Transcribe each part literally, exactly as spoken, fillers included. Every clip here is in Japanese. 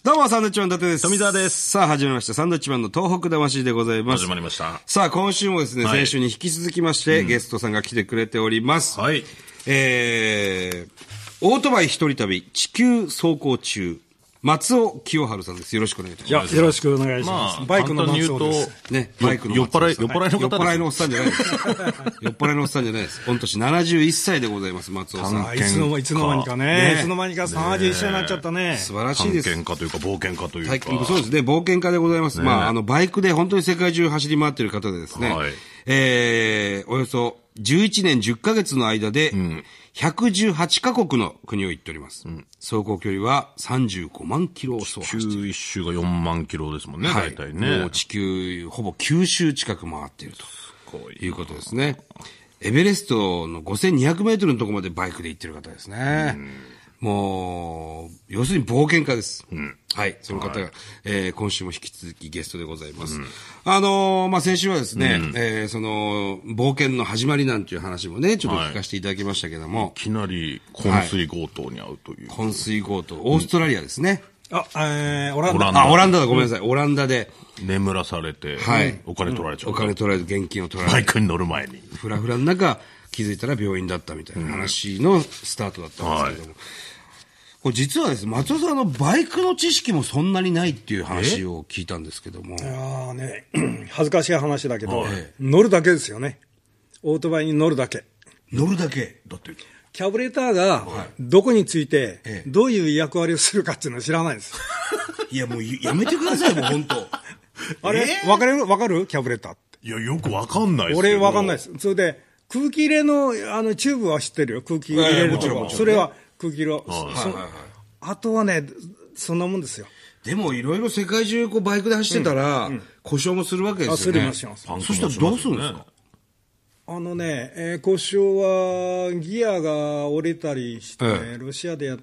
どうも、サンドウィッチマン伊達です。 富澤です。 さあ、始まりました。サンドウィッチマンの東北魂でございます。 始まりました。 さあ、今週もですね、はい、先週に引き続きまして、うん、ゲストさんが来てくれております。 はい。 えー、オートバイ一人旅、地球走行中。松尾清春さんです。よろしくお願いいたします。 よろしくお願いします。 まあ、 バイクの松尾です。 ね、バイクの酔っ払い、酔っ払いの方です。 酔っ払いのおっさんじゃないです。酔っ払いのおっさんじゃないです。御年ななじゅういっさいでございます、松尾さん。 いつの、いつの間にかね。ねいつの間にかななじゅういっさいになっちゃったね。 素晴らしいです。 探検家というか、冒険家というか。 そうですね、冒険家でございます。ね、まあ、あの、バイクで本当に世界中走り回っている方でですね、はい、えー、およそじゅういちねんじゅっかげつの間で、うんひゃくじゅうはちカ国の国を行っております。うん、走行距離はさんじゅうごまんキロを走破している。 地球一周がよんまんキロですもんね、はい、大体ね。 もう地球ほぼきゅう周近く回っているということですね。エベレストのごせんにひゃくメートルのところまでバイクで行ってる方ですね。うんもう、要するに冒険家です。うん、はい。その方が、はい、えー、今週も引き続きゲストでございます。うん、あのー、まあ、先週はですね、うん、えー、その、冒険の始まりなんていう話もね、ちょっと聞かせていただきましたけども。 はい、いきなり、昏睡強盗に遭うという。 昏睡強盗。オーストラリアですね。 うん、あ、えー、オランダ。 あ、オランダだ、ごめんなさい。オランダで。 眠らされて、はい。お金取られちゃう。 お金取られて、現金を取られて。 バイクに乗る前に。 ふらふらの中、気づいたら病院だったみたいな話のスタートだったんですけども。はいこれ実はですね、松尾さんのバイクの知識もそんなにないっていう話を聞いたんですけども。 いやーね、恥ずかしい話だけど、乗るだけですよね。オートバイに乗るだけ。 乗るだけだって。 キャブレーターがどこについて、どういう役割をするかっていうのは知らないです。 いやもうやめてください、もう本当。 あれ、わかるわかるキャブレーターって。 いや、よくわかんないです俺わかんないです。それで、空気入れの、あの、チューブは知ってるよ。空気入れるところ。それは空気入れ。はいはいはい。あとはね、そんなもんですよ。 でもいろいろ世界中こうバイクで走ってたら、うんうん、故障もするわけですよね。 あ、するます。 そしたらどうするんですか？ あのね、えー、故障はギアが折れたりして、ええ、ロシアでやって、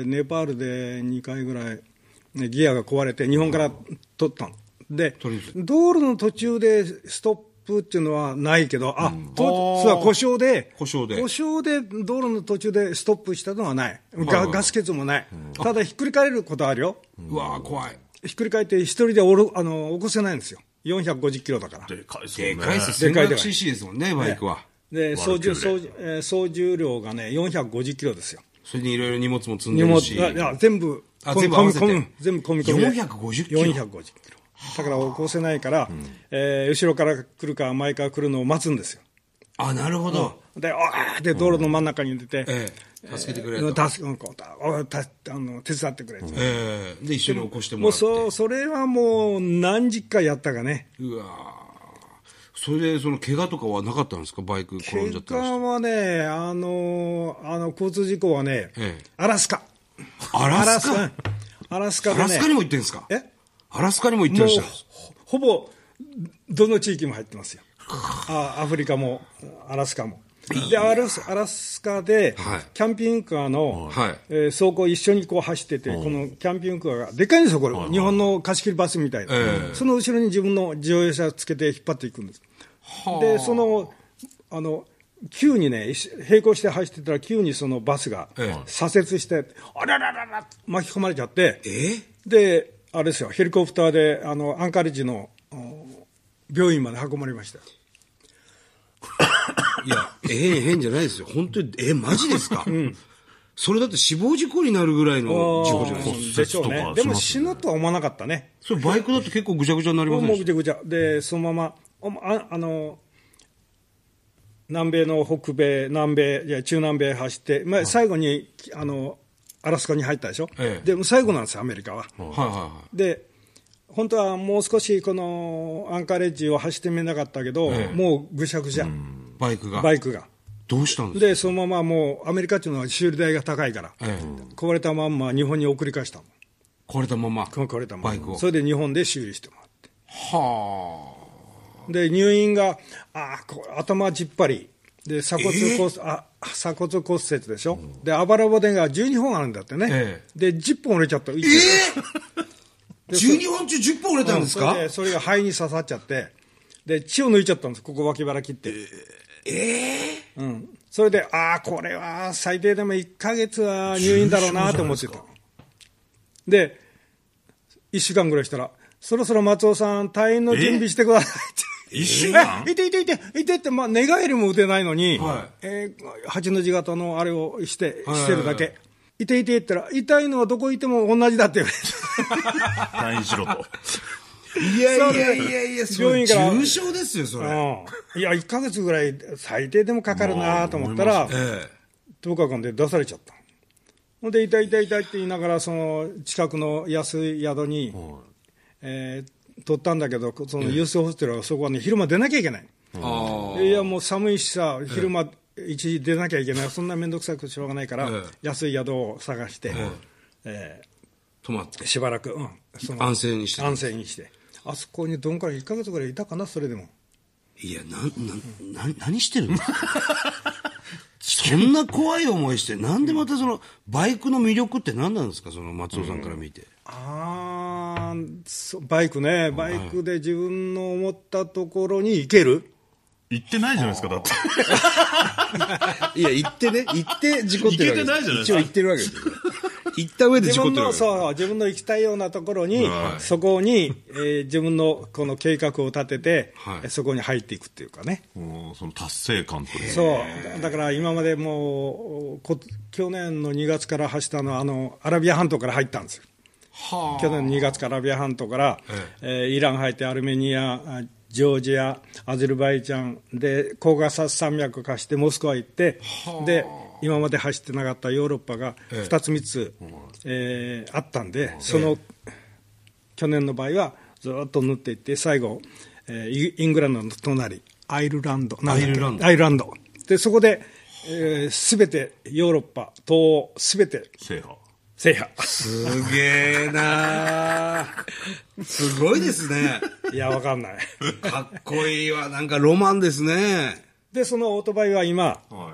ネパールでにかいぐらい、ね、ギアが壊れて、日本から取ったの。で、道路の途中でストップっていうのはないけど、あ、うん、と、そう故障で、 故障で、 故障で道路の途中でストップしたのはない。ガ, ガス欠もない、うん。ただひっくり返ることあるよ。 うわー怖い。 ひっくり返って一人でおろあの起こせないんですよ。よんひゃくごじゅっキロだから。 でかいですね。でかいです。せんごひゃくシーシー ですもんね、バイクは。 で、総重、総、えー、総重量がね、よんひゃくごじゅっキロですよ。 それにいろいろ荷物も積んでるし。 荷物、いや、全部、 あ、全部合わせて。 全部込み込み。 よんひゃくごじゅっキロ。 よんひゃくごじゅっキロ。だから起こせないから、うんえー、後ろから来るか前から来るのを待つんですよ。 あ、なるほど。 で、あーで、道路の真ん中に出て、 ええ、助けてくれと。 えー、助けたあの手伝ってくれと。 ええ、で、一緒に起こしてもらって。もうそ、それはもう何十回やったかね。 うわそれで、その、怪我とかはなかったんですかバイク転んじゃったりして。 怪我はね、あの、あの、交通事故はね、ええ、アラスカ。 アラスカアラスカでね。 アラスカにも行ってんですかえアラスカにも行ってらっしゃる。 ほぼ、どの地域も入ってますよ。あアフリカも、アラスカも。で、アラス、アラスカで、はい、キャンピングカーの、はいえー、走行一緒にこう走ってて、はい、このキャンピングカーが、でかいんですよ、これ。はい、日本の貸し切りバスみたいな、はい。その後ろに自分の自動車つけて引っ張っていくんです。で、その、あの、急にね、並行して走ってたら、急にそのバスが左折して、あらららら巻き込まれちゃって、 えで、あれですよ、ヘリコプターで、あの、アンカレッジの病院まで運ばれました。 いや、ええ、変じゃないですよ。本当に、え、マジですか、うん、それだって死亡事故になるぐらいの事故じゃないですか。 でしょうね。でも死ぬとは思わなかったね。 それバイクだと結構ぐちゃぐちゃになりますね。 もうぐちゃぐちゃ。で、そのまま、あ、あの、南米の北米、南米、いや、中南米走って、まあ、最後に、あの、アラスカに入ったでしょ、ええ、でも最後なんですよ、アメリカは。はいはいはい、で、本当はもう少しこのアンカレッジを走ってみなかったけど、ええ、もうぐしゃぐしゃ、 バイクが。 バイクが。 どうしたんですか。 で、そのままもう、アメリカっていうのは修理代が高いから、ええ、壊れたまんま日本に送り返したの。 壊れたまま壊れたまま。 バイクを。 それで日本で修理してもらって。 はあ。で、入院が、あこ頭ちっぱり。で鎖骨骨、えー、あ鎖骨骨折でしょ、うん、であばら骨がじゅうにほんあるんだってね、えー、でじゅっぽん折れちゃった。えー、 じゅうにほん中じゅっぽん折れたんですか、 うん、それでそれが肺に刺さっちゃってで血を抜いちゃったんです、ここ脇腹切って。 ええーうん、それでああこれは最低でもいっかげつは入院だろうなと思ってた。でいっしゅうかんぐらいしたら、そろそろ松尾さん、退院の準備してくださいって。 一週間いていていて、いてって、まあ、寝返りも打てないのに、はい、えー、八の字型のあれをして、してるだけ。いていて言ったら、痛いのはどこいても同じだって言われて。 退院しろと。 いやいやいやいや、病院から重症ですよ、それ。 うん、いや、いっかげつぐらい最低でもかかるなと思ったら、ええ、とおかかんで出されちゃった。ほんで、痛い痛い痛いって言いながら、その近くの安い宿に、うん、えー取ったんだけど、そのユースホステルはそこはね、昼間出なきゃいけない。あいや、もう寒いしさ、昼間一時出なきゃいけない。そんな面倒くさくしょうがないから、安い宿を探して、えー、泊まって。 しばらく、うん、 その安静にして。 安静にして。あそこにどんくらい、いっかげつぐらいいたかな、それでも。 いや、な、な、な、何してるんですかそんな怖い思いして、なんでまたその、バイクの魅力って何なんですか、その松尾さんから見て。うん、 ああ、バイクね、バイクで自分の思ったところに行ける、 行ってないじゃないですか、だって。 いや、行ってね、行って事故ってるわけです。行けてないじゃないですか。一応行ってるわけですよ。行った上で事故ってるわけです。 自分の、そう、自分の行きたいようなところに、はい、そこに、えー、自分のこの計画を立てて、はい、そこに入っていくっていうかね。 その達成感という。 そう。だから今までもう、こ去年のにがつから走ったのは、あの、アラビア半島から入ったんですよ。はあ、去年のにがつからアラビア半島から、えええー、イラン入ってアルメニア、ジョージア、アゼルバイジャンでコーカサス山脈化してモスクワ行って、はあ、で今まで走ってなかったヨーロッパがふたつみっつ、えええー、あったんで、その、ええ、去年の場合はずっと縫っていって最後、えー、イングランドの隣アイルランドアイルランドアイルランドでそこで、えー、全てヨーロッパ東欧全て制覇制覇。 すげえなー。すごいですね。 いや、わかんない。 かっこいいわ。なんかロマンですね。 で、そのオートバイは今、はい、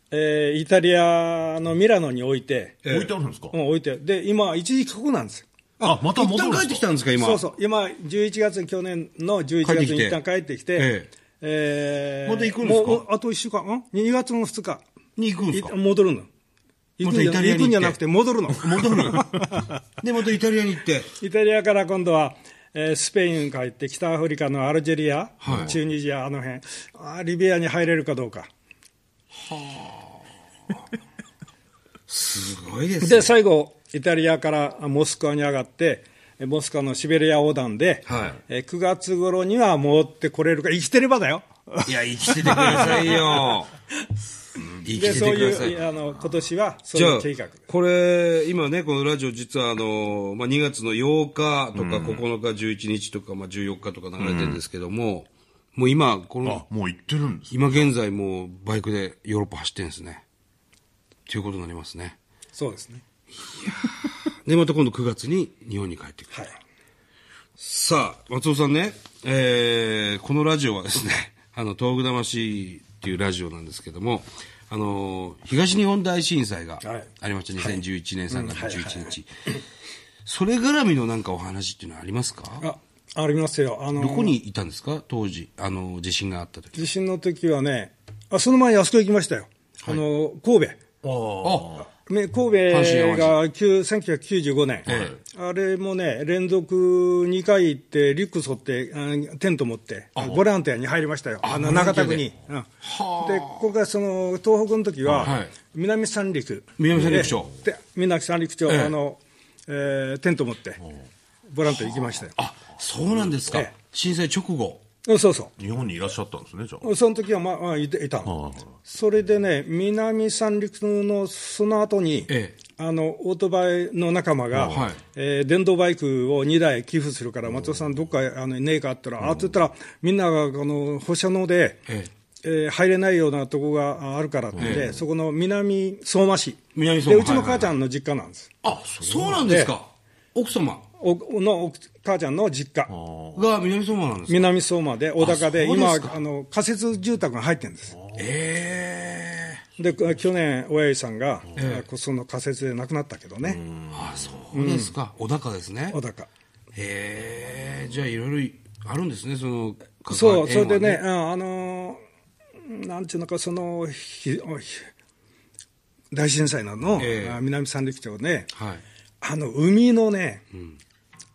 えー、イタリアのミラノに置いて。 えー、置いてあるんですか？ うん、置いて。で、今、一時帰国なんですよ。 あ、また戻るんですか？一旦帰ってきたんですか、今。 そうそう。今、じゅういちがつ、去年のじゅういちがつに一旦帰ってきて、えええー、また行くんですか？ もう、あといっしゅうかん、ん ?に 月のふつか。 に行くんですか？ 戻るの。行くんじゃ、行くんじゃなくて戻るの。 戻るの。で、またイタリアに行って。 イタリアから今度は、えー、スペイン帰って、北アフリカのアルジェリア、はい、チュニジア、あの辺、あリビアに入れるかどうか。 はあ。すごいですね。 で、最後、イタリアからモスクワに上がって、モスクワのシベリア横断で、はい、えー、くがつ頃には戻ってこれるか、生きてればだよ。 いや、生きててくださいよ。 でそういうあの今年はそういう計画。 じゃあこれ今ねこのラジオ実はあの、まあ、にがつのようかとかここのかじゅういちにちとか、まあ、じゅうよっかとか流れてるんですけども、うん、もう今このあもう行ってるんです、ね、 今現在もうバイクでヨーロッパ走ってるんですねということになりますね。 そうですね。 いやでまた今度くがつに日本に帰ってくる、はい、さあ松尾さんね、えー、このラジオはですねあの東北魂っていうラジオなんですけどもあの東日本大震災がありました、はい、にせんじゅういちねんさんがつじゅういちにち、それ絡みのなんかお話っていうのはありますか？ あ、ありますよ。あのどこにいたんですか当時あの地震があった時？ 地震の時はねあその前にあそこ行きましたよ、はい、あの神戸ああ神戸がせんきゅうひゃくきゅうじゅうごねん、ええ、あれもね連続にかい行ってリュック背負ってテント持ってボランティアに入りましたよ、あの長田区に、うん、で今回その東北の時は、はい、南三陸南三陸町で南三陸町、ええあのえー、テント持ってボランティア行きましたよ。 あそうなんですか、ええ、震災直後そうそう。 日本にいらっしゃったんですね、じゃあ。 その時は、まあ、いていたの。それでね、南三陸のその後に、ええ、あの、オートバイの仲間が、はいえー、電動バイクをにだい寄付するから、松尾さんどっかあのねえかって言ったら、あって言ったら、みんなが、この、放射能で、えええー、入れないようなとこがあるからって、ええ、そこの南相馬市。 南相馬で、うちの母ちゃんの実家なんです。 はいはいはい、あ、そうなんですか。奥様おの母ちゃんの実家が南相馬なんですか？ 南相馬で小高で今あの仮設住宅が入ってるんです。 えー、で去年親父さんが、えー、その仮設で亡くなったけどね。 あそうですか、うん、小高ですね。 小高。 へえー、じゃあいろいろあるんですねその、ね、 そうそれでね、うん、あのなんていうのかそのひ大震災なの、えー、南三陸町ね、はい、あの海のね、うん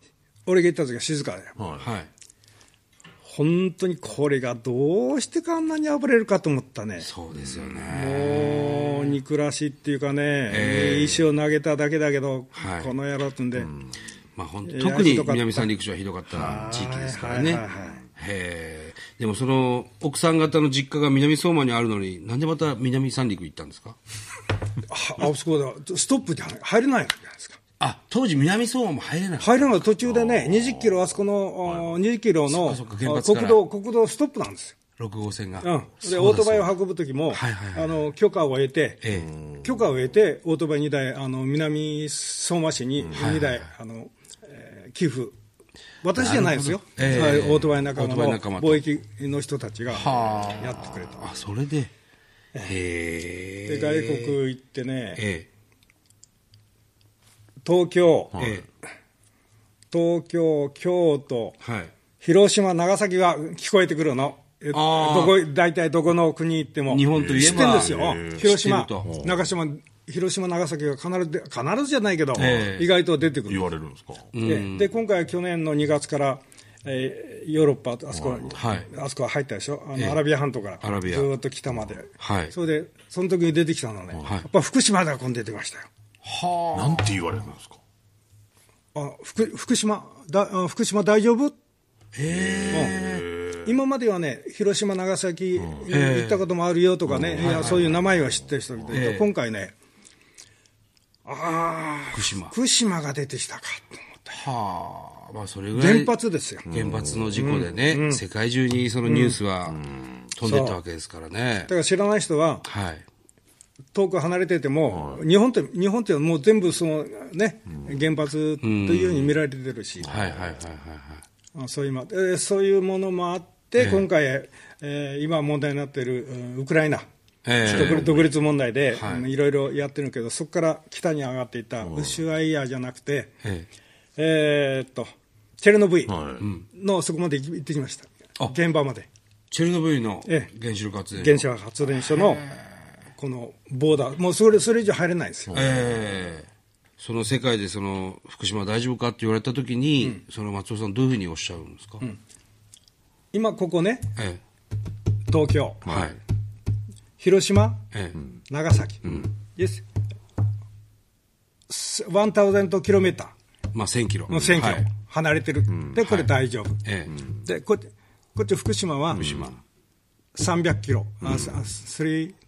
俺が行った時は静かだよ。 はい。 本当にこれがどうしてかあんなにあぶれるかと思ったね。 そうですよね。 もう憎らしいっていうかね、えー、石を投げただけだけど、はい、この野郎ってんで、うん、 まあ、本当特に南三陸町はひどかった地域ですからね。へー。でもその奥さん方の実家が南相馬にあるのに、なんでまた南三陸行ったんですか？ あ, あそこだ、ストップで入れないじゃないですか。 あ、当時南相馬も入れない。 入れない。途中でね、にじゅっキロ、あそこのにじゅっキロの国道、国道ストップなんですよ。 ろく号線が。 うん。で、オートバイを運ぶときも、はいはいはい、あの、許可を得て、ええ、許可を得て、オートバイにだい、あの、南相馬市ににだい、はいはい、あの、えー、寄付。私じゃないですよ。えー、オートバイ仲間の貿易の人たちがやってくれた。 あ、それで。へー。で、外国行ってね、えー東京、はい、東京、京都、はい、広島、長崎が聞こえてくるの。どこ、大体どこの国行っても。 日本といえば。 知ってるんですよ。広島、長島、広島、長崎が必ず、必ずじゃないけど、意外と出てくる。 言われるんですか。 で、で今回は去年のにがつから、えー、ヨーロッパ、あそこ、はい、あそこは入ったでしょ。あの、アラビア半島からずっと北まで。はい、それで、その時に出てきたのね。はい、やっぱ福島でこん出てましたよ。 はあ、なんて言われるんですか。 あ、福、福島だ、福島大丈夫？へー、うん、今まではね、広島、長崎行ったこともあるよとかね、いや、そういう名前は知ってる人で、今回ね、ああ、 福島。 福島が出てきたかと思った。 はあ、まあそれぐらい。 原発ですよ。 原発の事故でね、うんうん、世界中にそのニュースは飛んでったわけですからね。 だから知らない人は、はい。遠く離れてても、はい、日本って、日本ってもう全部そのね、うん、原発というように見られてるし、はいはいはいはい。そういう、えー、そういうものもあって、えー、今回、えー、今問題になっている、うん、ウクライナ、えー、独立問題で、はい、いろいろやってるけど、そこから北に上がっていたウシュアイヤじゃなくて、えー、えー、っと、チェルノブイの、はい、そこまで行ってきました。現場まで。 チェルノブイの原子力発電所。 原子力発電所の、このボーダー、もうそれ、それ以上入れないですよ。 えー、その世界でその福島大丈夫かって言われたときに、うん、その松尾さん、どういうふうにおっしゃるんですか。うん、 今、ここね、えー、東京、はい、広島、えー、長崎、うん、yes、せんキロメーター、 まあ、せんキロ、 もうせんキロ、はい、離れてる、うん、で、これ大丈夫、はい、えー、でこっち、こっち福島は、福島さんびゃくキロ、うん、さんびゃく、さんびゃく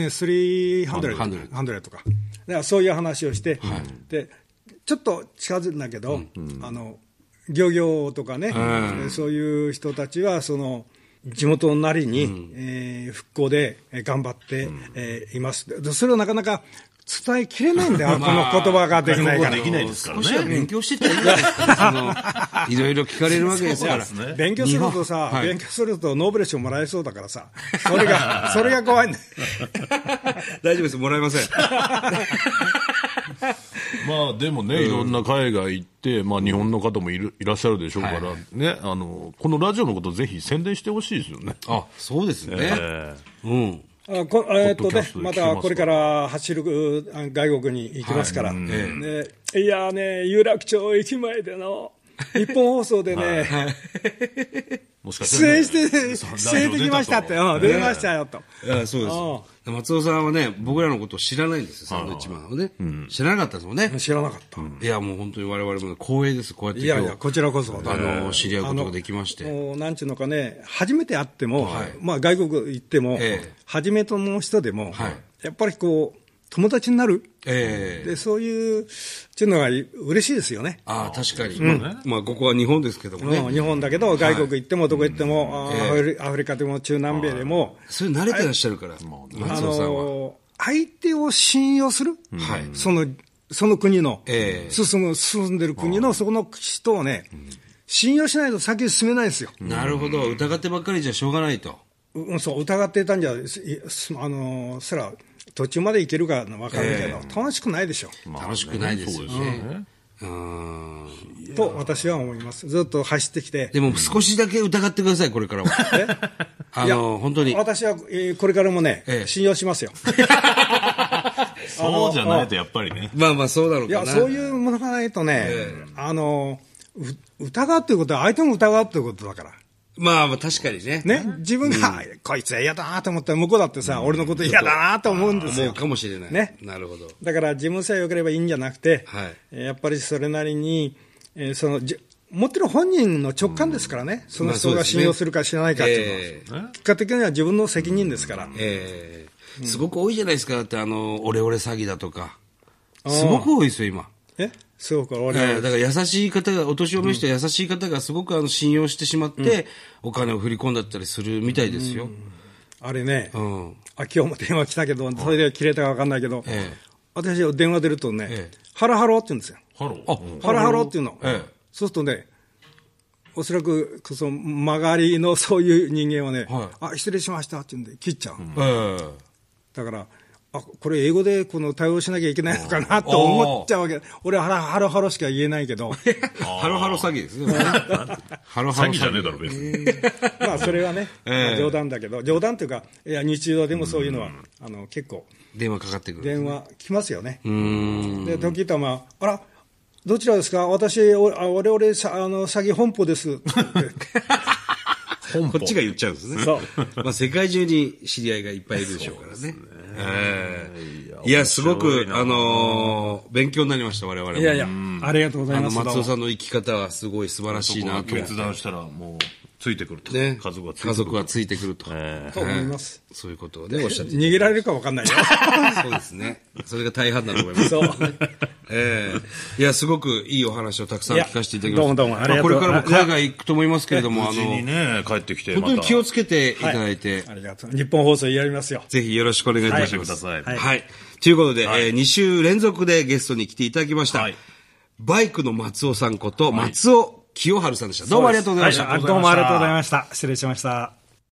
とか、だからそういう話をして、はい、でちょっと近づいたんだけど、うん、あの漁業とかね、うん、そういう人たちはその地元なりに、うん、えー、復興で頑張って、うん、えー、います。それはなかなか伝えきれないんだよ、まあ、この言葉ができないから。 できないですからね。 少しは勉強してたらいいんじゃないですか。いろいろ聞かれるわけですから。 ね、勉強するとさ、はい、勉強するとノーベル賞もらえそうだからさ、それが、それが怖いんだよ。 大丈夫です、もらえません。 まあでもね、いろんな海外行って、まあ日本の方もいる、いらっしゃるでしょうから、はい、ね、あの、このラジオのことぜひ宣伝してほしいですよね。 あ、そうですね。えー、うん。 あこえーっとね、またこれから走る外国に行きますから、はい、ね、いやね、有楽町駅前での日本放送でね、はい、もしかして、ね、出演して、出演できましたって、うん、出ましたよと。 いや、そうです。松尾さんはね、僕らのことを知らないんですよ、サンドウィッチマンをね。うん、知らなかったですもんね。 知らなかった。 うん、いや、もう本当に我々も光栄です、こうやって。 いやいや、こちらこそ。 あの、知り合うことができまして。 もう、なんちゅうのかね、初めて会っても、はい、まあ外国行っても、えー、初めての人でも、はい、やっぱりこう、友達になる、えー、でそういうっていうのが嬉しいですよね。 ああ、確かに、うん、まあ、ここは日本ですけどもね、 うん、日本だけど外国行ってもどこ行っても、はい、ア, フリアフリカでも中南米でも、 それ慣れてらっしゃるから、松尾さんは、あの相手を信用する、はい、そのその国の、えー、進む進んでる国のそこの人をね、うん、信用しないと先に進めないですよ。 なるほど、疑ってばっかりじゃしょうがないと。 うん、そう、疑ってたんじゃ、あのそら途中まで行けるか分かるけど、えー、楽しくないでしょ。 まあ、楽しくないですよね。うん、 と私は思います。ずっと走ってきて。 でも少しだけ疑ってください、これからは。あの本当に私は、えー、これからもね、ええ、信用しますよ。 そうじゃないとやっぱりね。 まあまあそうだろうかな。 いや、そういうものがないとね、ええ、あの疑うっていうことは相手も疑うっていうことだから。 まあ、確かにね。 ね。自分が、うん、こいつは嫌だなと思ったら、向こうだってさ、うん、俺のこと嫌だなと思うんですよ。 思うかもしれない。 ね。 なるほど。 だから自分さえ良ければいいんじゃなくて、はい、やっぱりそれなりに、えー、その、もちろん本人の直感ですからね、うん、その人が信用するか知らないかっていうのは、まあね、結果的には自分の責任ですから。 えーうん、すごく多いじゃないですか、だってあの、オレオレ詐欺だとか。すごく多いですよ、今。 えすごく俺、 えー、だから優しい方が、お年を召した優しい方がすごくあの信用してしまって、うん、お金を振り込んだったりするみたいですよ。うん、 あれね、うん、あ、今日も電話来たけど、それで切れたか分かんないけど、えー、私電話出るとね、えー、ハロハロって言うんですよ。 ハロあ、ハロハロっていうの。えー、そうするとね、おそらくその曲がりのそういう人間はね、はい、あ、失礼しましたって言うんで切っちゃう。うん、えー、だから、あ、これ英語でこの対応しなきゃいけないのかなと思っちゃうわけ。俺はハロハロしか言えないけど。 ハロハロ詐欺ですね。ハロハロ詐欺じゃねえだろ別に。 まあそれはね、えーまあ、冗談だけど、冗談というか、いや日常でもそういうのは、あの結構。 電話かかってくる、 ね。電話来ますよね。うんで、時たま、あら、どちらですか私、お俺俺、あの、詐欺本舗です。 こっちが言っちゃうんですね。そう。まあ世界中に知り合いがいっぱいいるでしょうからね。えー、いや、すごく、あのー、勉強になりました、我々も。 いやいや、ありがとうございます。 あの、松尾さんの生き方はすごい素晴らしいなと。 決断したらもう、ついてくると。 ね。 家族がついてくる。 家族がついてくると。 えー、と思います。 そういうことをね、おっしゃって。 逃げられるか分かんないよ。 そうですね。それが大半だと思います。そう。ええー。いや、すごくいいお話をたくさん聞かせていただきました。 どうもどうもありがとう。 これからも海外行くと思いますけれども、 あの、にね、帰ってきて、 本当に気をつけていただいて。 はい、ありがとう。日本放送やりますよ。 ぜひよろしくお願いいたします。 ください。 はい。はい。ということで、はい、えー、に週連続でゲストに来ていただきました。はい、バイクの松尾さんこと、松尾清春さんでした。どうもありがとうございました。 はい、どうもありがとうございました。失礼しました。